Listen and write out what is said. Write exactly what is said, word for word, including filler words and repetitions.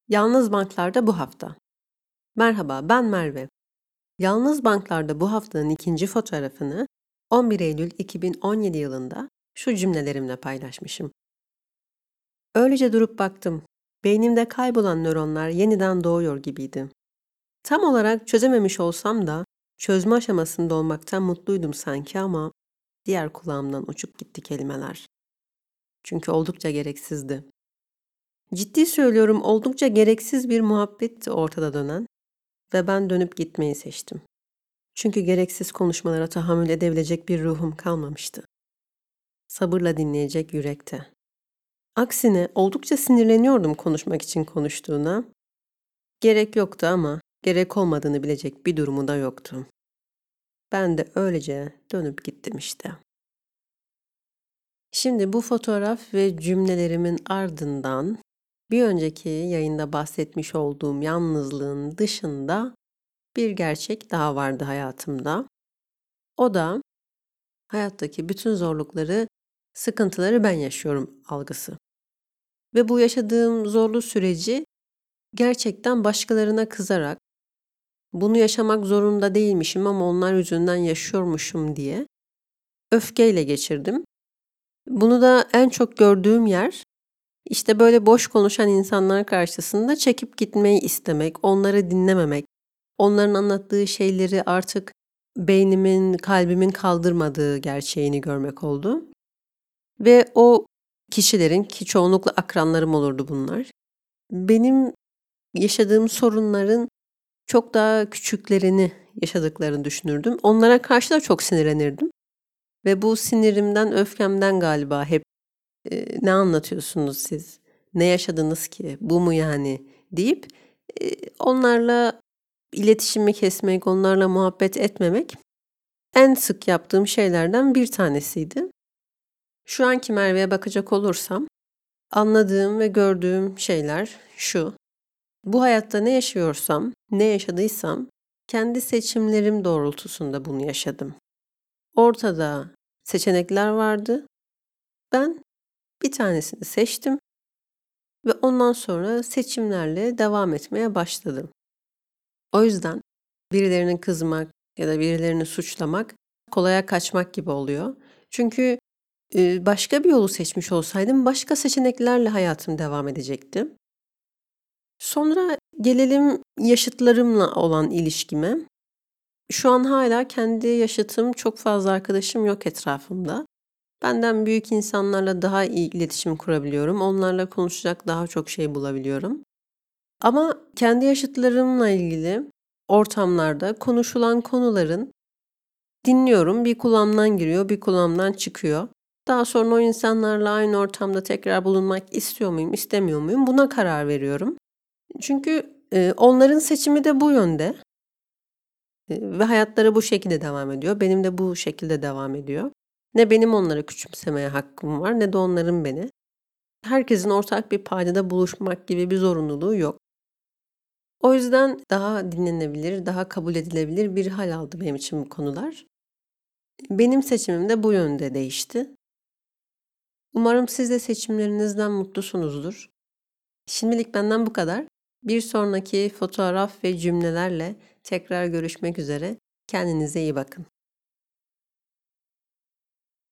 Yalnız Banklarda bu hafta. Merhaba, ben Merve. Yalnız Banklarda bu haftanın ikinci fotoğrafını on bir Eylül iki bin on yedi yılında şu cümlelerimle paylaşmışım. Öylece durup baktım. Beynimde kaybolan nöronlar yeniden doğuyor gibiydi. Tam olarak çözememiş olsam da çözme aşamasında olmaktan mutluydum sanki ama diğer kulağımdan uçup gitti kelimeler. Çünkü oldukça gereksizdi. Ciddi söylüyorum, oldukça gereksiz bir muhabbetti ortada dönen ve ben dönüp gitmeyi seçtim. Çünkü gereksiz konuşmalara tahammül edebilecek bir ruhum kalmamıştı. Sabırla dinleyecek yürekte. Aksine oldukça sinirleniyordum konuşmak için konuştuğuna. Gerek yoktu ama gerek olmadığını bilecek bir durumu da yoktu. Ben de öylece dönüp gittim işte. Şimdi bu fotoğraf ve cümlelerimin ardından bir önceki yayında bahsetmiş olduğum yalnızlığın dışında bir gerçek daha vardı hayatımda. O da hayattaki bütün zorlukları, sıkıntıları ben yaşıyorum algısı. Ve bu yaşadığım zorlu süreci gerçekten başkalarına kızarak, bunu yaşamak zorunda değilmişim ama onlar yüzünden yaşıyormuşum diye öfkeyle geçirdim. Bunu da en çok gördüğüm yer, işte böyle boş konuşan insanlar karşısında çekip gitmeyi istemek, onları dinlememek, onların anlattığı şeyleri artık beynimin, kalbimin kaldırmadığı gerçeğini görmek oldu. Ve o kişilerin, ki çoğunlukla akranlarım olurdu bunlar, benim yaşadığım sorunların çok daha küçüklerini yaşadıklarını düşünürdüm. Onlara karşı da çok sinirlenirdim. Ve bu sinirimden, öfkemden galiba hep e, ne anlatıyorsunuz siz, ne yaşadınız ki, bu mu yani deyip e, onlarla iletişimi kesmek, onlarla muhabbet etmemek en sık yaptığım şeylerden bir tanesiydi. Şu anki Merve'ye bakacak olursam, anladığım ve gördüğüm şeyler şu: bu hayatta ne yaşıyorsam, ne yaşadıysam, kendi seçimlerim doğrultusunda bunu yaşadım. Ortada seçenekler vardı. Ben bir tanesini seçtim ve ondan sonra seçimlerle devam etmeye başladım. O yüzden birilerine kızmak ya da birilerini suçlamak kolaya kaçmak gibi oluyor. Çünkü e, başka bir yolu seçmiş olsaydım başka seçeneklerle hayatım devam edecekti. Sonra gelelim yaşıtlarımla olan ilişkime. Şu an hala kendi yaşıtım çok fazla arkadaşım yok etrafımda. Benden büyük insanlarla daha iyi iletişim kurabiliyorum. Onlarla konuşacak daha çok şey bulabiliyorum. Ama kendi yaşıtlarımla ilgili ortamlarda konuşulan konuların dinliyorum. Bir kulağımdan giriyor, bir kulağımdan çıkıyor. Daha sonra o insanlarla aynı ortamda tekrar bulunmak istiyor muyum, istemiyor muyum? Buna karar veriyorum. Çünkü e, onların seçimi de bu yönde. E, ve hayatları bu şekilde devam ediyor. Benim de bu şekilde devam ediyor. Ne benim onları küçümsemeye hakkım var, ne de onların beni. Herkesin ortak bir paydada buluşmak gibi bir zorunluluğu yok. O yüzden daha dinlenebilir, daha kabul edilebilir bir hal aldı benim için bu konular. Benim seçimim de bu yönde değişti. Umarım siz de seçimlerinizden mutlusunuzdur. Şimdilik benden bu kadar. Bir sonraki fotoğraf ve cümlelerle tekrar görüşmek üzere. Kendinize iyi bakın.